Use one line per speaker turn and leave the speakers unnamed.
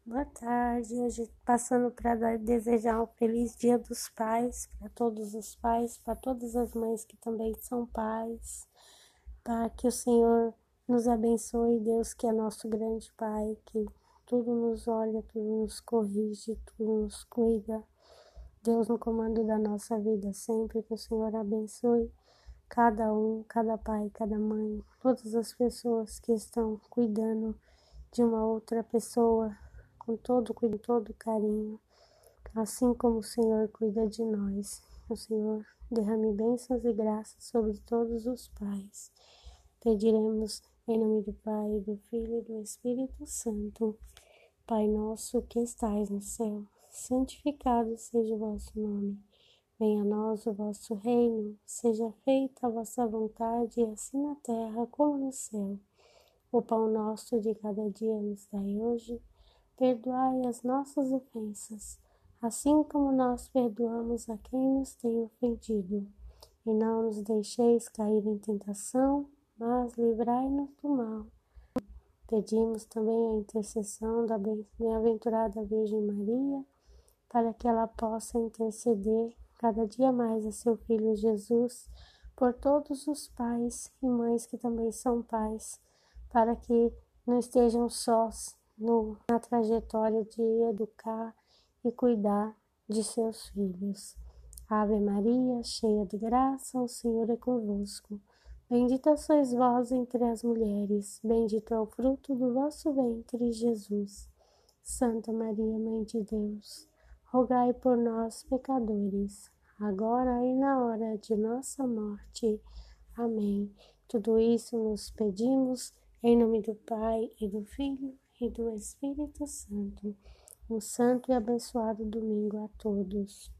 Boa tarde, hoje passando para desejar um feliz Dia dos Pais para todos os pais, para todas as mães que também são pais, para que o Senhor nos abençoe, Deus que é nosso grande Pai, que tudo nos olha, tudo nos corrige, tudo nos cuida, Deus no comando da nossa vida sempre, que o Senhor abençoe cada um, cada pai, cada mãe, todas as pessoas que estão cuidando de uma outra pessoa, com todo cuidado, todo carinho, assim como o Senhor cuida de nós. O Senhor derrame bênçãos e graças sobre todos os pais. Pediremos em nome do Pai, do Filho e do Espírito Santo. Pai nosso que estais no céu, santificado seja o vosso nome. Venha a nós o vosso reino, seja feita a vossa vontade, assim na terra como no céu. O pão nosso de cada dia nos dai hoje. Perdoai as nossas ofensas, assim como nós perdoamos a quem nos tem ofendido. E não nos deixeis cair em tentação, mas livrai-nos do mal. Pedimos também a intercessão da bem-aventurada Virgem Maria, para que ela possa interceder cada dia mais a seu Filho Jesus, por todos os pais e mães que também são pais, para que não estejam sós na trajetória de educar e cuidar de seus filhos. Ave Maria, cheia de graça, o Senhor é convosco. Bendita sois vós entre as mulheres, bendito é o fruto do vosso ventre, Jesus. Santa Maria, Mãe de Deus, rogai por nós, pecadores, agora e na hora de nossa morte. Amém. Tudo isso nos pedimos em nome do Pai, e do Filho, e do Espírito Santo. Um santo e abençoado domingo a todos.